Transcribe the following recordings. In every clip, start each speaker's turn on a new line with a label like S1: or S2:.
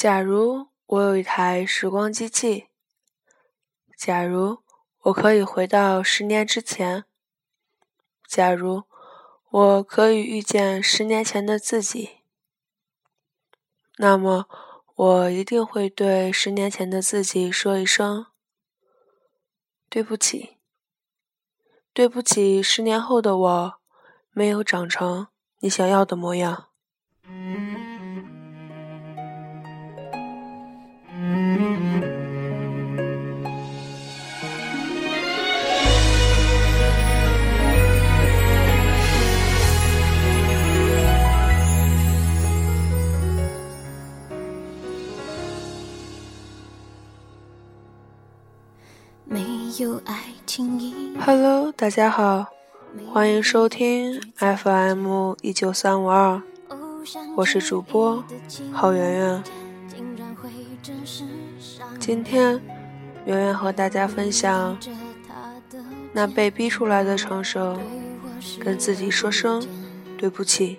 S1: 假如我有一台时光机器，假如我可以回到10年之前，假如我可以遇见10年前的自己，那么我一定会对10年前的自己说一声对不起，对不起10年后的我没有长成你想要的模样。Hello， 大家好，欢迎收听 FM 19352，我是主播郝圆圆。今天圆圆和大家分享那被逼出来的成熟，跟自己说声对不起。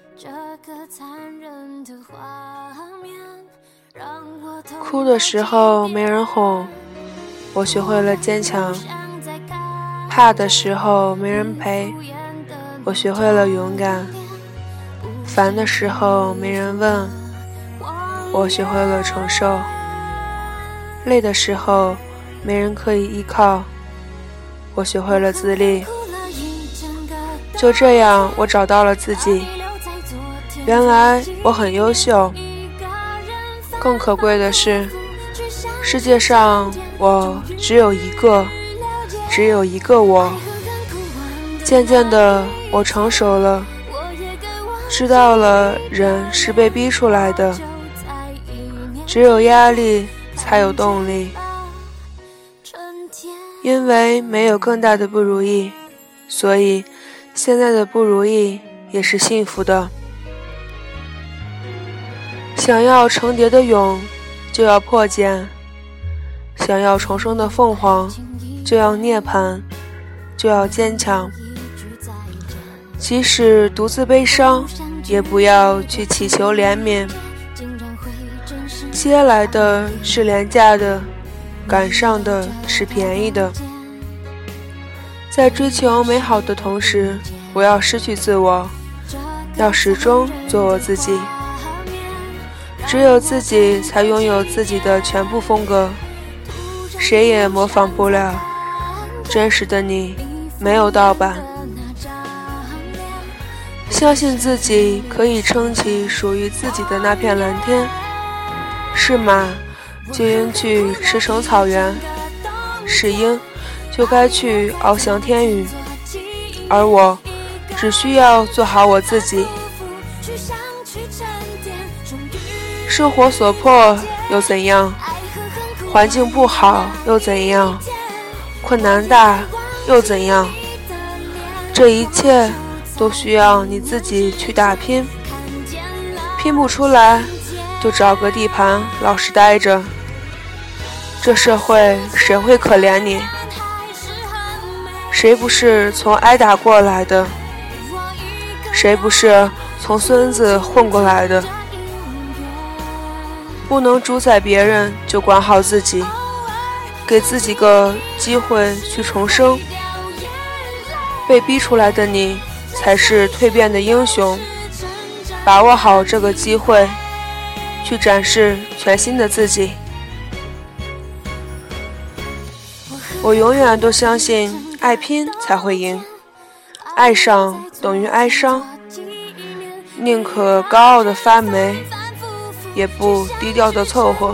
S1: 哭的时候没人哄，我学会了坚强；怕的时候没人陪，我学会了勇敢；烦的时候没人问，我学会了承受；累的时候没人可以依靠，我学会了自立。就这样，我找到了自己。原来我很优秀，更可贵的是，世界上我只有一个我。渐渐的，我成熟了，知道了人是被逼出来的，只有压力才有动力。因为没有更大的不如意，所以现在的不如意也是幸福的。想要成蝶的蛹，就要破茧；想要重生的凤凰，就要涅槃，就要坚强。即使独自悲伤，也不要去祈求怜悯。接来的是廉价的，赶上的是便宜的。在追求美好的同时，不要失去自我，要始终做我自己。只有自己才拥有自己的全部风格，谁也模仿不了。真实的你没有盗版。相信自己可以撑起属于自己的那片蓝天。是马就应去驰骋草原，是鹰就该去翱翔天宇，而我只需要做好我自己。生活所迫又怎样？环境不好又怎样？困难大又怎样？这一切都需要你自己去打拼，拼不出来就找个地盘老实待着。这社会谁会可怜你？谁不是从挨打过来的？谁不是从孙子混过来的？不能主宰别人，就管好自己，给自己个机会去重生。被逼出来的你才是蜕变的英雄，把握好这个机会，去展示全新的自己。我永远都相信爱拼才会赢，爱上等于哀伤，宁可高傲的发霉，也不低调的凑合。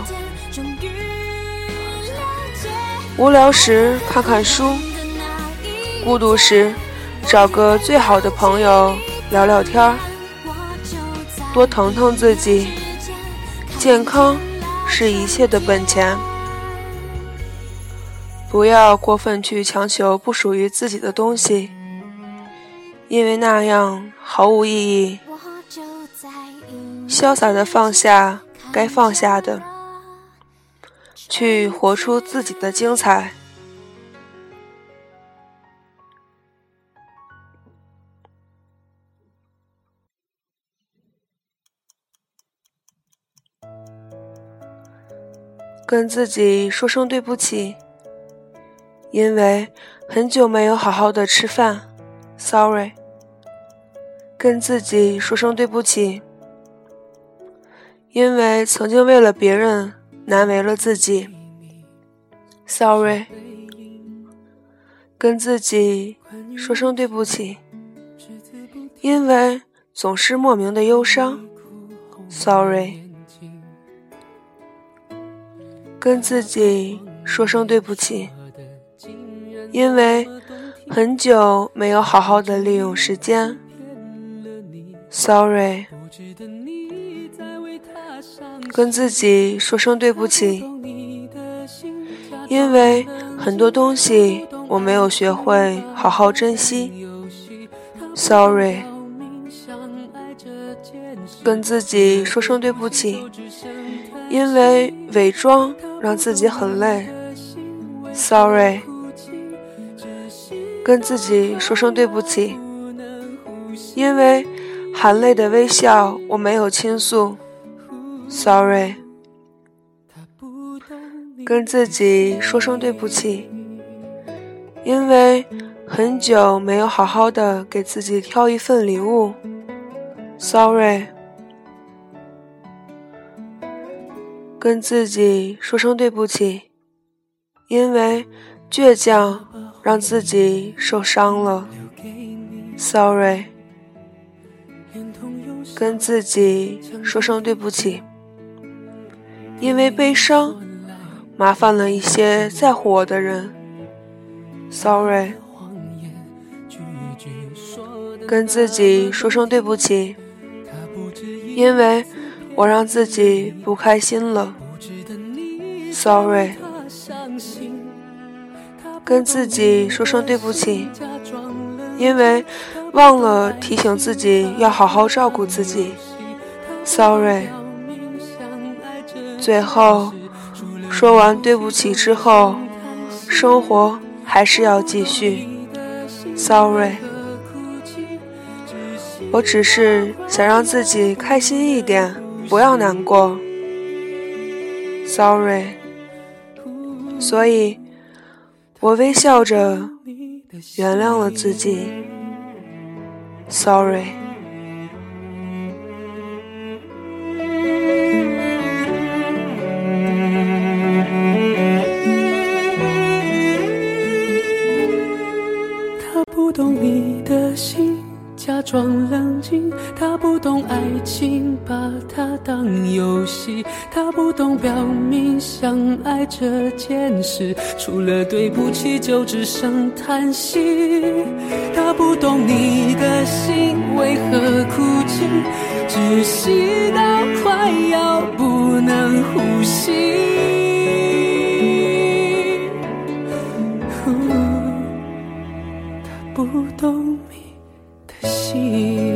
S1: 无聊时看看书，孤独时找个最好的朋友聊聊天，多疼疼自己。健康是一切的本钱。不要过分去强求不属于自己的东西，因为那样毫无意义。潇洒地放下该放下的，去活出自己的精彩。 跟自己说声对不起，因为很久没有好好的吃饭 ，sorry。跟自己说声对不起，因为曾经为了别人难为了自己 ，sorry。跟自己说声对不起，因为总是莫名的忧伤 ，sorry。跟自己说声对不起，因为很久没有好好的利用时间 ，sorry。跟自己说声对不起，因为很多东西我没有学会好好珍惜 ，sorry。跟自己说声对不起，因为伪装让自己很累 ，sorry。跟自己说声对不起，因为含泪的微笑我没有倾诉 ，sorry。跟自己说声对不起，因为很久没有好好的给自己挑一份礼物 ，sorry。跟自己说声对不起，因为倔强让自己受伤了 ，sorry。跟自己说声对不起，因为悲伤麻烦了一些在乎我的人 ，sorry。跟自己说声对不起，因为我让自己不开心了 ，sorry。跟自己说声对不起，因为忘了提醒自己要好好照顾自己 ，sorry。最后说完对不起之后，生活还是要继续 ，sorry。我只是想让自己开心一点，不要难过 ，sorry。所以我微笑着原谅了自己 ，sorry。
S2: 他不懂你的心，假装冷静，他不懂爱情，把它当游戏，他不懂表明相爱这件事，除了对不起就只剩叹息。他不懂你的心为何哭泣，窒息到快要不能呼吸。他不懂你的心。